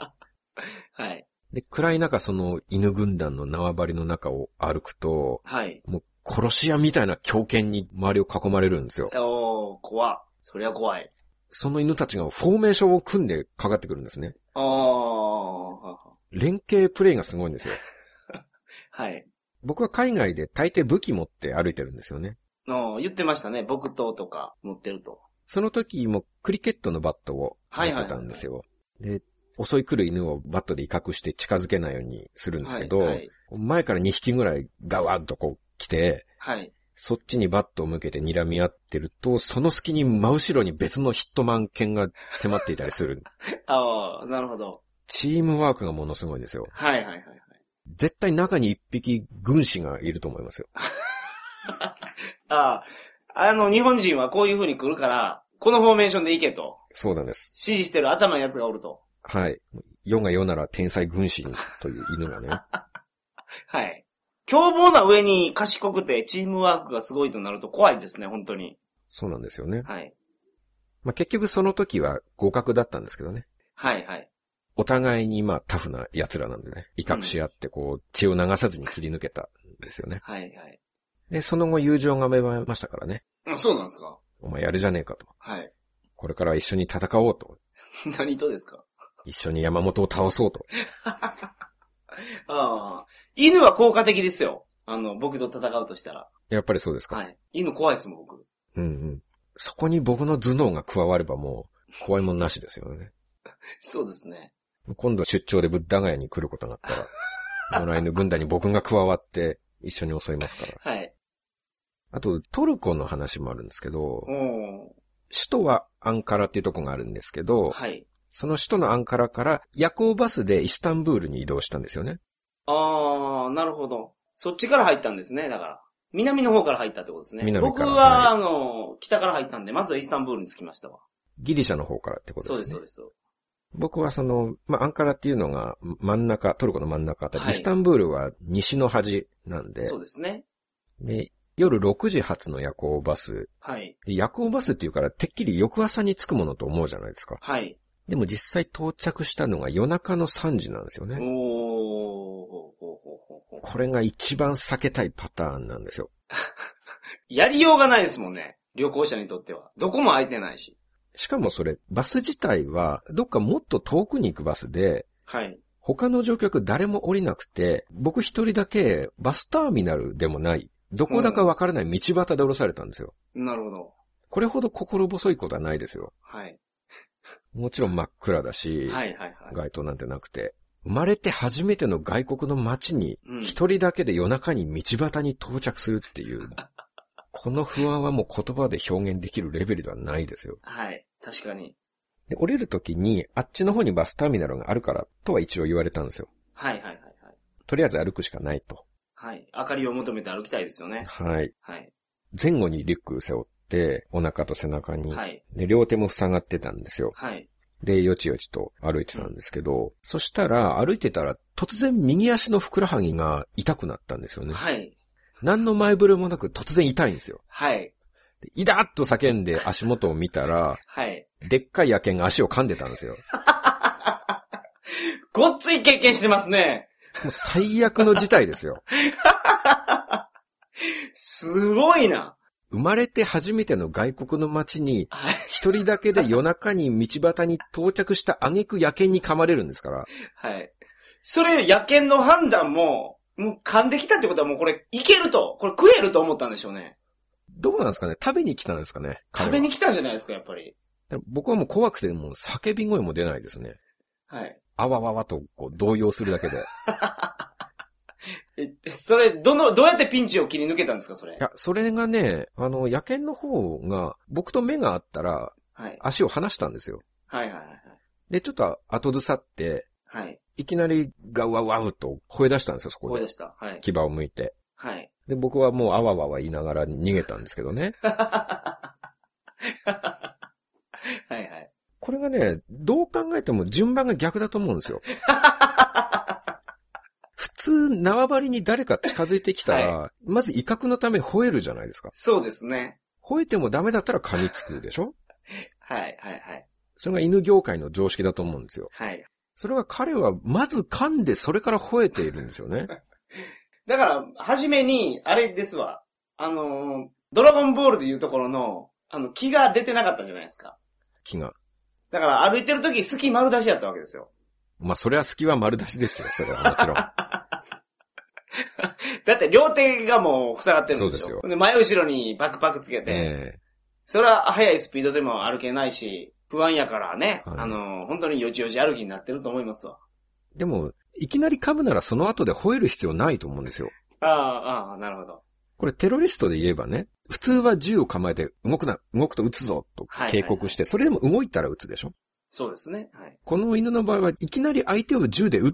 はい。で、暗い中その犬軍団の縄張りの中を歩くと、はい。もう殺し屋みたいな狂犬に周りを囲まれるんですよ。 怖っ。そりゃ怖い。 その犬たちがフォーメーションを組んでかかってくるんですね。連携プレイがすごいんですよ。はい。僕は海外で大抵武器持って歩いてるんですよね。 言ってましたね。木刀とか持ってると。 その時もクリケットのバットを持ってたんですよ。で、襲い来る犬をバットで威嚇して近づけないようにするんですけど、はいはい、前から2匹ぐらいガワッとこう来て、はい、そっちにバットを向けて睨み合ってると、その隙に真後ろに別のヒットマン犬が迫っていたりする。 なるほど。 チームワークがものすごいですよ。 はいはいはい。 絶対中に一匹軍師がいると思いますよ。 ああ、日本人はこういう風に来るから、このフォーメーションで行けと。 そうなんです。 指示してる頭のやつがおると。 はい。世が世なら天才軍師という犬がね。 はい。凶暴な上に賢くてチームワークがすごいとなると怖いですね、本当に。 そうなんですよね。 はい。 まあ、結局その時は互角だったんですけどね。 はいはい。 お互いにタフな奴らなんでね、威嚇し合って血を流さずに切り抜けたんですよね。 はいはい。 で、その後友情が芽生えましたからね。 あ、そうなんですか。 お前やるじゃねえかと。 はい。 これからは一緒に戦おうと。 何とですか。 一緒に山本を倒そうと。 ああ。犬は効果的ですよ。僕と戦うとしたら。 やっぱりそうですか。 はい。犬怖いですもん、僕。 うんうん。そこに僕の頭脳が加わればもう、怖いもんなしですよね。 そうですね。 今度出張でブッダガヤに来ることになったら、野良犬軍団に僕が加わって一緒に襲いますから。 はい。 あと、トルコの話もあるんですけど、首都はアンカラっていうとこがあるんですけど、 はい。 その首都のアンカラから夜行バスでイスタンブールに移動したんですよね。 ああ、なるほど。そっちから入ったんですね、だから。南の方から入ったってことですね。 南から。 僕は、はい、北から入ったんで、まずはイスタンブールに着きましたわ。 ギリシャの方からってことですね。 そうです、そうです。 僕はアンカラっていうのが真ん中、トルコの真ん中あたり、はい、イスタンブールは西の端なんで。 そうですね。 で、夜6時発の夜行バス。 はい。 夜行バスっていうから、てっきり翌朝に着くものと思うじゃないですか。 はい。 でも実際到着したのが夜中の3時なんですよね。これが一番避けたいパターンなんですよ。 やりようがないですもんね。旅行者にとっては。どこも空いてないし。 しかもそれ、バス自体は、どっかもっと遠くに行くバスで、 はい。 他の乗客誰も降りなくて、僕一人だけバスターミナルでもない、どこだかわからない道端で降ろされたんですよ。 なるほど。 これほど心細いことはないですよ。 はい。 もちろん真っ暗だし、 はいはいはい。 街灯なんてなくて。生まれて初めての外国の街に、一人だけで夜中に道端に到着するっていう、この不安はもう言葉で表現できるレベルではないですよ。 はい。確かに。 で、降りるときに、あっちの方にバスターミナルがあるから、とは一応言われたんですよ。 はいはいはいはい。 とりあえず歩くしかないと。 はい。明かりを求めて歩きたいですよね。 はい。 はい。 前後にリュック背負って、お腹と背中に。 はい。 で、両手も塞がってたんですよ。 はい。 で、よちよちと歩いてたんですけど、そしたら、歩いてたら、突然右足のふくらはぎが痛くなったんですよね。 はい。 何の前触れもなく突然痛いんですよ。 はい。 イダッと叫んで足元を見たら、 はい。 でっかい野犬が足を噛んでたんですよ。 ごっつい経験してますね。 もう最悪の事態ですよ。 すごいな。 生まれて初めての外国の街に、一人だけで夜中に道端に到着した挙句野犬に噛まれるんですから。 はい。それ、野犬の判断もう噛んできたってことはもうこれ、いけると、これ食えると思ったんでしょうね。 どうなんですかね？食べに来たんですかね？ 食べに来たんじゃないですか、やっぱり。 僕はもう怖くてもう叫び声も出ないですね。 はい。 あわわわと動揺するだけで。 それ、どうやってピンチを切り抜けたんですか、それ。 いや、それがね、野犬の方が、僕と目が合ったら、 はい。 足を離したんですよ。 はいはいはい。 で、ちょっと後ずさって、 はい。 いきなりガウワウワウと吠え出したんですよ、そこで。 吠え出した。はい。 牙を向いて。 はい。 で、僕はもうあわわわ言いながら逃げたんですけどね。 はいはい。 これがね、どう考えても順番が逆だと思うんですよ。普通、縄張りに誰か近づいてきたら、はい、まず威嚇のため吠えるじゃないですか。 そうですね。 吠えてもダメだったら噛みつくでしょ？ はいはいはい。 それが犬業界の常識だと思うんですよ。 はい。 それは彼はまず噛んでそれから吠えているんですよね。 だから、はじめに、あれですわ。ドラゴンボールでいうところの、木が出てなかったじゃないですか。 木が。 だから歩いてるとき、隙丸出しやったわけですよ。 まあ、それは隙は丸出しですよ、それはもちろん。 だって両手がもう塞がってるんですよ。 そうですよ。 で、前後ろにバックパックつけて、それは速いスピードでも歩けないし、不安やからね、はい、本当によちよち歩きになってると思いますわ。 でも、いきなり噛むならその後で吠える必要ないと思うんですよ。 ああ、なるほど。 これテロリストで言えばね、普通は銃を構えて動くと撃つぞと警告して、はいはいはい、それでも動いたら撃つでしょ？ そうですね。はい。 この犬の場合はいきなり相手を銃で撃って、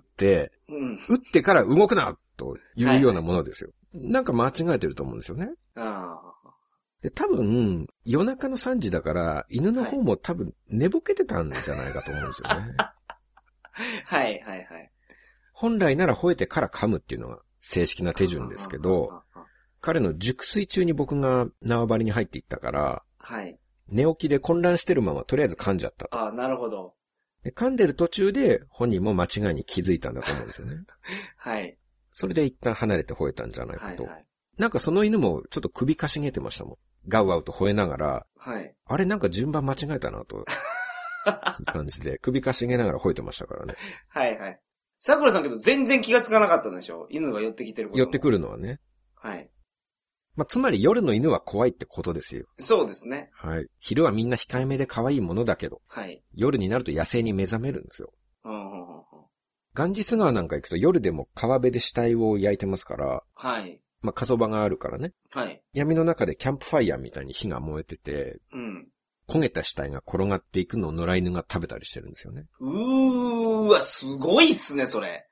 撃ってから動くなというようなものですよ。なんか間違えてると思うんですよね。で、多分、夜中の3時だから、犬の方も多分寝ぼけてたんじゃないかと思うんですよね。 はい、はい、はい。 本来なら吠えてから噛むっていうのが正式な手順ですけど、彼の熟睡中に僕が縄張りに入っていったから、 はい。 寝起きで混乱してるままとりあえず噛んじゃったと。 ああ、なるほど。 で、噛んでる途中で本人も間違いに気づいたんだと思うんですよね。 はい。 それで一旦離れて吠えたんじゃないかと。 はいはい、 なんかその犬もちょっと首かしげてましたもん。ガウガウと吠えながら、 はい。 あれなんか順番間違えたなと。いう感じで、首かしげながら吠えてましたからね。 はいはい。桜さんけど全然気がつかなかったんでしょ？犬が寄ってきてること。 寄ってくるのはね。 はい。 まあ、つまり夜の犬は怖いってことですよ。 そうですね。 はい。昼はみんな控えめで可愛いものだけど、 はい。 夜になると野生に目覚めるんですよ。 うんうんうん。 ガンジス川なんか行くと夜でも川辺で死体を焼いてますから、 はい。 まあ、火葬場があるからね。 はい。 闇の中でキャンプファイヤーみたいに火が燃えてて、 うん。 焦げた死体が転がっていくのを野良犬が食べたりしてるんですよね。 わ、すごいっすね、それ。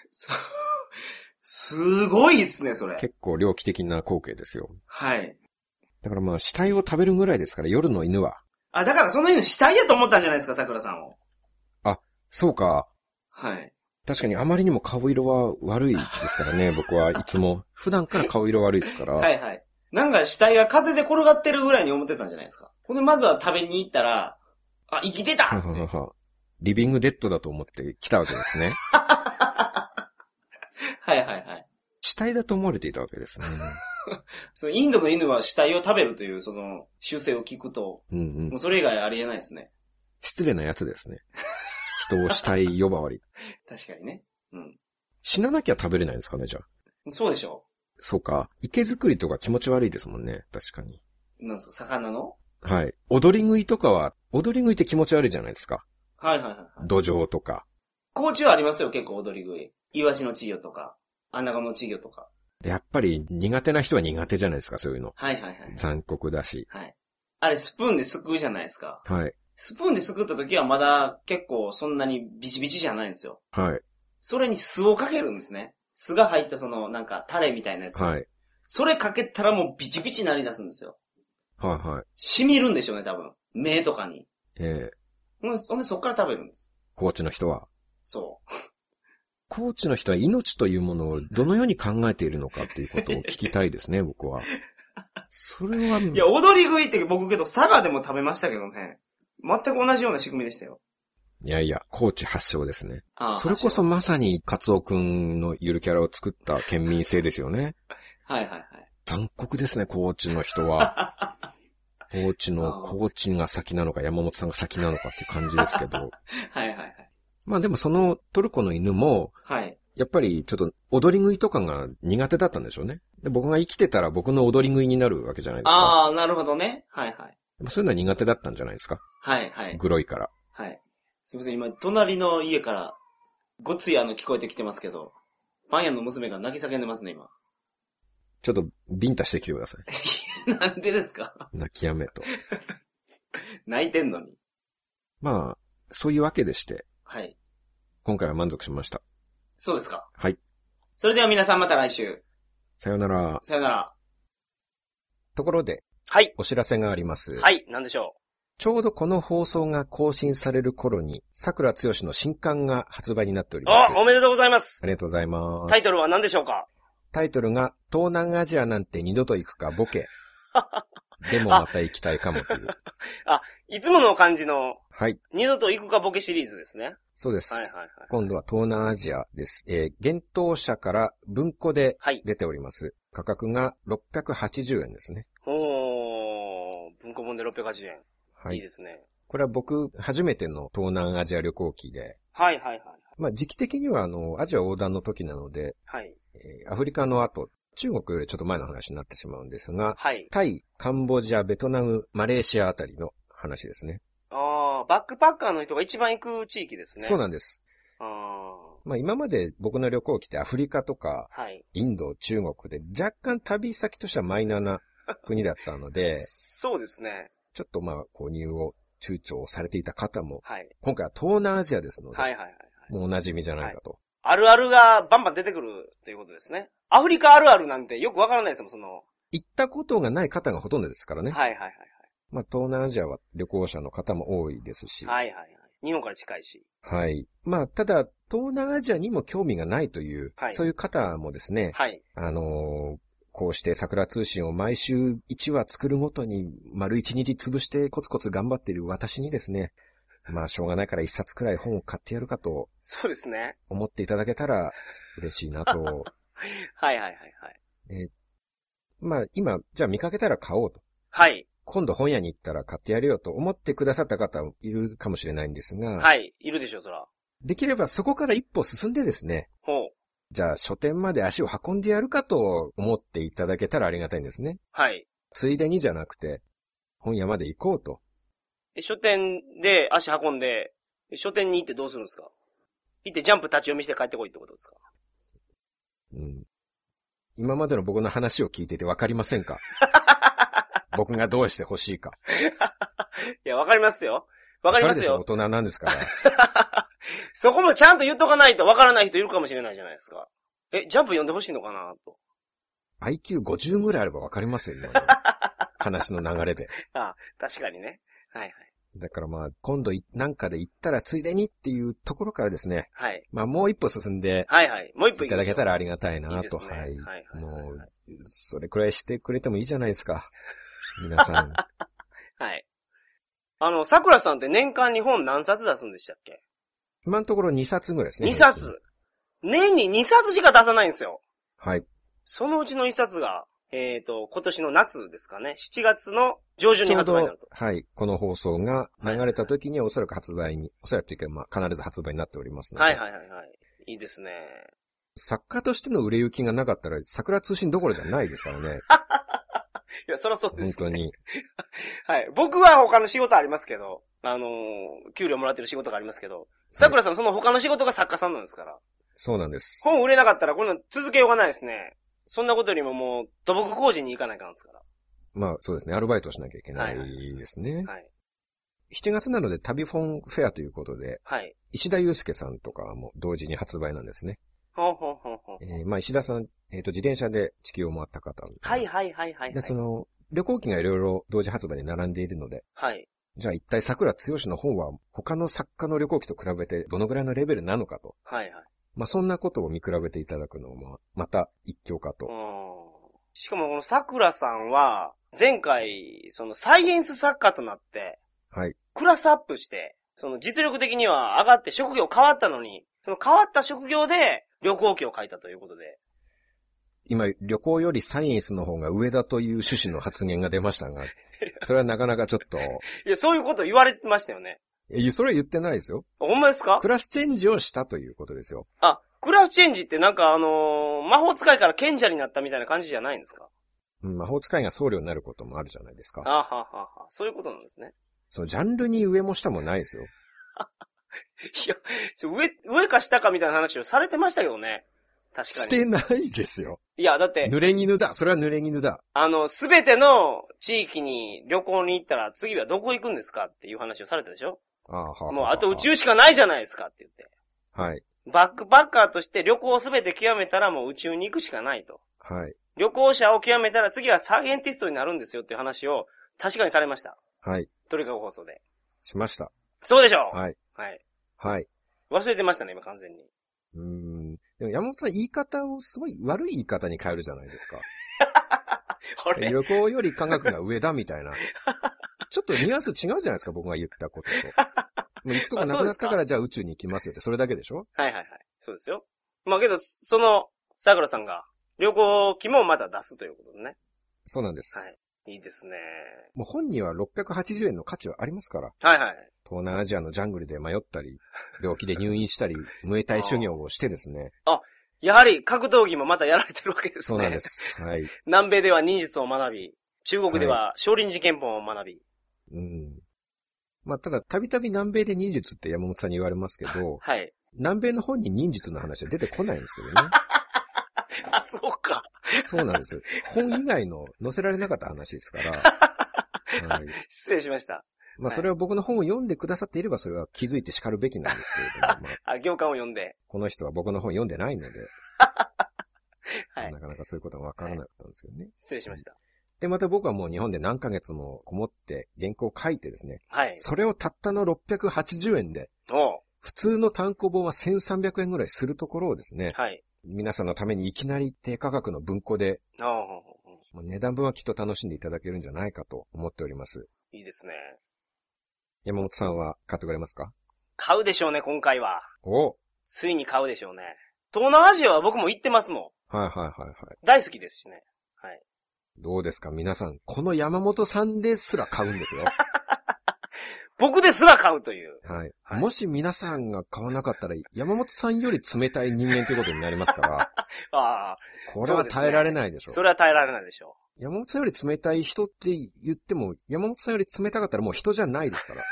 すごいっすね、それ。 結構猟奇的な光景ですよ。 はい。 だからまあ死体を食べるぐらいですから夜の犬は。 あ、だからその犬死体やと思ったんじゃないですか、桜さんを。 あ、そうか。 はい。 確かにあまりにも顔色は悪いですからね、僕はいつも。普段から顔色悪いですから。 はいはい。なんか死体が風で転がってるぐらいに思ってたんじゃないですか。これまずは食べに行ったら、あ、生きてたリビングデッドだと思って来たわけですね。 はいはいはい。 死体だと思われていたわけですね。 そのインドの犬は死体を食べるというその習性を聞くと、もうそれ以外ありえないですね。 失礼なやつですね。人を死体呼ばわり。 確かにね。うん。 死ななきゃ食べれないんですかね、じゃあ。 そうでしょう。そうか。池作りとか気持ち悪いですもんね、確かに。 なんですか、魚の？ はい。踊り食いとかは、踊り食いって気持ち悪いじゃないですか。 はいはいはい、はい。 土壌とか。 高知はありますよ、結構踊り食い。イワシの稚魚とか、アナゴの稚魚とか。 やっぱり苦手な人は苦手じゃないですか、そういうの。 はいはいはい。 残酷だし。 はい。あれスプーンですくうじゃないですか。 はい。 スプーンですくった時はまだ結構そんなにビチビチじゃないんですよ。 はい。 それに酢をかけるんですね。酢が入ったそのなんかタレみたいなやつ。 はい。 それかけたらもうビチビチになり出すんですよ。 はいはい。 染みるんでしょうね、多分。目とかに。ほんでそっから食べるんです。 高知の人は。 そう。 高知の人は命というものをどのように考えているのかっていうことを聞きたいですね、僕は。それは。 いや、踊り食いって僕けど佐賀でも食べましたけどね。全く同じような仕組みでしたよ。 いやいや、高知発祥ですね。 ああ、 それこそまさにカツオくんのゆるキャラを作った県民性ですよね。 はいはいはい。 残酷ですね、高知の人は。高知が先なのか山本さんが先なのかっていう感じですけど。 はいはいはい。 まあでもそのトルコの犬も、 はい。 やっぱりちょっと踊り食いとかが苦手だったんでしょうね。で僕が生きてたら僕の踊り食いになるわけじゃないですか。 ああ、なるほどね。はいはい。 そういうのは苦手だったんじゃないですか。 はいはい。 グロいから。 はい。すみません、今、隣の家から、ごつい聞こえてきてますけど、パン屋の娘が泣き叫んでますね、今。 ちょっと、ビンタしてきてください。なんでですか？ 泣きやめと。 泣いてんのに。 まあ、そういうわけでして。 はい。 今回は満足しました。 そうですか。 はい。 それでは皆さんまた来週。 さよなら。 さよなら。 ところで。 はい。 お知らせがあります。 はい、なんでしょう。 ちょうどこの放送が更新される頃に、桜つよしの新刊が発売になっております。 おめでとうございます。 ありがとうございます。 タイトルは何でしょうか？ タイトルが、東南アジアなんて二度と行くかボケ。でもまた行きたいかもという。 いつもの感じの、 はい。 二度と行くかボケシリーズですね。 そうです。 はいはいはい。 今度は東南アジアです。幻冬舎から文庫で出ております。はい、価格が680円ですね。 文庫本で680円。はい。いいですね。 これは僕、初めての東南アジア旅行記で。 はいはいはい。 まあ時期的にはアジア横断の時なので、はい。アフリカの後、中国よりちょっと前の話になってしまうんですが、はい。タイ、カンボジア、ベトナム、マレーシアあたりの話ですね。 バックパッカーの人が一番行く地域ですね。 そうなんです。まあ今まで僕の旅行来てアフリカとか、はい、インド、中国で若干旅先としてはマイナーな国だったので、 そうですね。 ちょっとまあ購入を躊躇をされていた方も、はい、今回は東南アジアですので、はいはいはいはい、もうお馴染みじゃないかと、はい。 あるあるがバンバン出てくるということですね。アフリカあるあるなんてよくわからないですもん、 行ったことがない方がほとんどですからね。 はいはいはい、はい。 まあ、東南アジアは旅行者の方も多いですし。 はいはいはい。日本から近いし。 はい。まあ、ただ、東南アジアにも興味がないという、はい、そういう方もですね、はい。こうして桜通信を毎週1話作るごとに丸1日潰してコツコツ頑張っている私にですね、まあしょうがないから1冊くらい本を買ってやるかと。 そうですね。 思っていただけたら嬉しいなと。 はいはいはいはい。 まあ今、じゃあ見かけたら買おうと。 はい。 今度本屋に行ったら買ってやるよと思ってくださった方いるかもしれないんですが。 はい。いるでしょう、そら。 できればそこから一歩進んでですね。 ほう。 じゃあ書店まで足を運んでやるかと思っていただけたらありがたいんですね。 はい。 ついでにじゃなくて、本屋まで行こうと。 書店で足運んで、書店に行ってどうするんですか？行ってジャンプ立ち読みして帰ってこいってことですか？ うん。今までの僕の話を聞いていてわかりませんか？僕がどうしてほしいか。 いや、わかりますよ。わかりますよ。 大人なんですから。 そこもちゃんと言っとかないとわからない人いるかもしれないじゃないですか。ジャンプ読んでほしいのかなと。 IQ50 ぐらいあればわかりますよ、今の話の流れで。 ああ、確かにね。はいはい。 だからまあ、今度なんかで行ったらついでにっていうところからですね。 はい。 まあもう一歩進んで。 はいはい。もう一歩いただけたらありがたいなと。 いいですね、 はい。 はいはいはい、 もう、それくらいしてくれてもいいじゃないですか。皆さん。 はい。桜さんって年間に本何冊出すんでしたっけ？ 今のところ2冊ぐらいですね。 2冊。年に2冊しか出さないんですよ。 はい。 そのうちの1冊が、今年の夏ですかね。7月の上旬に発売になると。 はい。この放送が流れた時におそらく発売に、おそらくというか、まあ、必ず発売になっておりますので。 はいはいはいはい。いいですね。 作家としての売れ行きがなかったら、桜通信どころじゃないですからね。 いや、そらそうです、ね。 本当に。 はい。僕は他の仕事ありますけど、給料もらってる仕事がありますけど、桜さんその他の仕事が作家さんなんですから。 そうなんです。 本売れなかったらこんな続けようがないですね。そんなことよりももう土木工事に行かないかんですから。 まあそうですね。アルバイトしなきゃいけないですね。はい、はい。7月なので旅フォンフェアということで、はい。石田祐介さんとかも同時に発売なんですね。 ほうほうほうほう。 まあ石田さん、自転車で地球を回った方。 はいはいはいはい、はい。 で、旅行記がいろいろ同時発売に並んでいるので、はい。じゃあ一体桜剛の本は他の作家の旅行記と比べてどのぐらいのレベルなのかと。はいはい。まあそんなことを見比べていただくのもまた一興かと。 しかもこの桜さんは前回サイエンス作家となって、はい。クラスアップして、実力的には上がって職業変わったのに、変わった職業で旅行記を書いたということで。 今、旅行よりサイエンスの方が上だという趣旨の発言が出ましたが、それはなかなかちょっと。 いや、そういうこと言われてましたよね。 いや、それは言ってないですよ。 ほんまですか？ クラスチェンジをしたということですよ。 あ、クラスチェンジってなんか魔法使いから賢者になったみたいな感じじゃないんですか？ 魔法使いが僧侶になることもあるじゃないですか。 あははは。そういうことなんですね。 ジャンルに上も下もないですよ。 いや、上か下かみたいな話をされてましたけどね。確かに。 してないですよ。 いや、だって。 濡れ衣だ。それは濡れ衣だ。 すべての地域に旅行に行ったら次はどこ行くんですかっていう話をされたでしょ？もうあと宇宙しかないじゃないですかって言って。はい。バックパッカーとして旅行をすべて極めたらもう宇宙に行くしかないと。はい。旅行者を極めたら次はサイエンティストになるんですよっていう話を確かにされました。はい。鳥かご放送で。 しました。 そうでしょう。 はい。はい。はい。 忘れてましたね、今完全に。 でも山本さん言い方をすごい悪い言い方に変えるじゃないですか。旅行より科学が上だみたいな。ちょっとニュアンス違うじゃないですか、僕が言ったことと。もう行くとこなくなったからじゃあ宇宙に行きますよって、それだけでしょ？はいはいはい。そうですよ。まあけど、桜さんが旅行記もまた出すということでね。そうなんです。はい。いいですね。もう本には680円の価値はありますから。はいはい。東南アジアのジャングルで迷ったり、病気で入院したり、ムエタイ修行をしてですね。やはり格闘技もまたやられてるわけですね。そうなんです。はい。南米では忍術を学び、中国では少林寺拳法を学び。はい、まあ、ただ、たびたび南米で忍術って山本さんに言われますけど、はい。南米の本に忍術の話は出てこないんですけどね。あ、そうか。そうなんです。本以外の載せられなかった話ですから。はい、失礼しました。 まあそれは僕の本を読んでくださっていればそれは気づいて叱るべきなんですけれども。まあ、行間を読んで。 この人は僕の本読んでないので。 はい。 なかなかそういうことはわからなかったんですけどね。 失礼しました。 で、また僕はもう日本で何ヶ月もこもって原稿を書いてですね。 はい。 それをたったの680円で。普通の単行本は1300円ぐらいするところをですね。 はい。 皆さんのためにいきなり低価格の文庫で。値段分はきっと楽しんでいただけるんじゃないかと思っております。 いいですね。 山本さんは買ってくれますか？ 買うでしょうね、今回は。 お！ ついに買うでしょうね。東南アジアは僕も行ってますもん。はいはいはいはい。 大好きですしね。はい。 どうですか皆さん、この山本さんですら買うんですよ。 僕ですら買うという。 はい。はい、もし皆さんが買わなかったら、山本さんより冷たい人間ということになりますから。 ああ。 これは耐えられないでしょう。 それは耐えられないでしょう。山本さんより冷たい人って言っても、山本さんより冷たかったらもう人じゃないですから。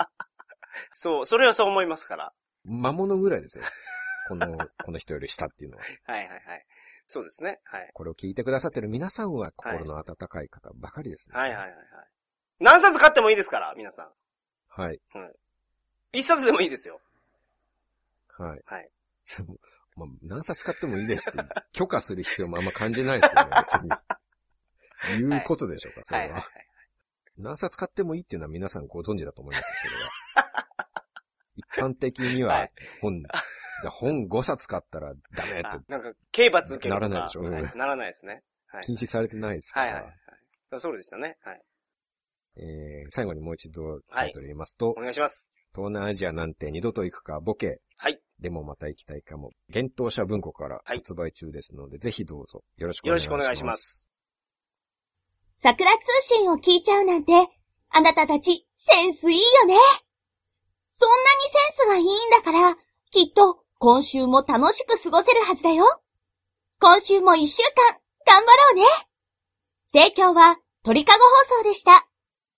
そう、それはそう思いますから。 魔物ぐらいですよ。この人より下っていうのは。 はいはいはい。そうですね。はい。 これを聞いてくださってる皆さんは心の温かい方ばかりですね。 はいはいはいはい。何冊買ってもいいですから、皆さん。 はい。 うん。一冊でもいいですよ。 はい。 はい。 まあ、何冊買ってもいいですって許可する必要もあんま感じないですけどね、別に。言うことでしょうか、それは。はいはいはい、何冊買ってもいいっていうのは皆さんご存知だと思いますよ、それは。一般的には本、じゃあ本5冊買ったらダメって。 なんか、刑罰受けるとか。 ならないでしょ、 はい、ならないですね。 はい、禁止されてないですから。 はいはいはい。そうでしたね。はい。 最後にもう一度タイトル言いますと、 お願いします。 東南アジアなんて二度と行くかボケ。 はい。 でもまた行きたいかも。幻冬舎文庫から発売中ですので、ぜひどうぞよろしくお願いします。よろしくお願いします。 桜通信を聞いちゃうなんて、あなたたちセンスいいよね。そんなにセンスがいいんだから、きっと今週も楽しく過ごせるはずだよ。今週も1週間頑張ろうね。提供は鳥かご放送でした。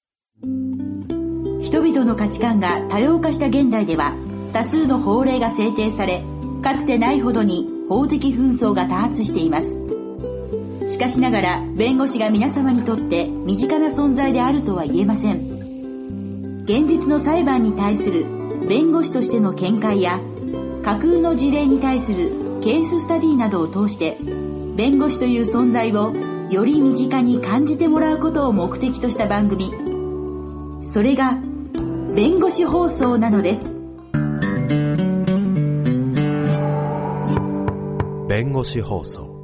人々の価値観が多様化した現代では、多数の法令が制定され、かつてないほどに法的紛争が多発しています。しかしながら、弁護士が皆様にとって身近な存在であるとは言えません。現実の裁判に対する弁護士としての見解や、架空の事例に対するケーススタディなどを通して、弁護士という存在をより身近に感じてもらうことを目的とした番組。それが弁護士放送なのです。 弁護士放送。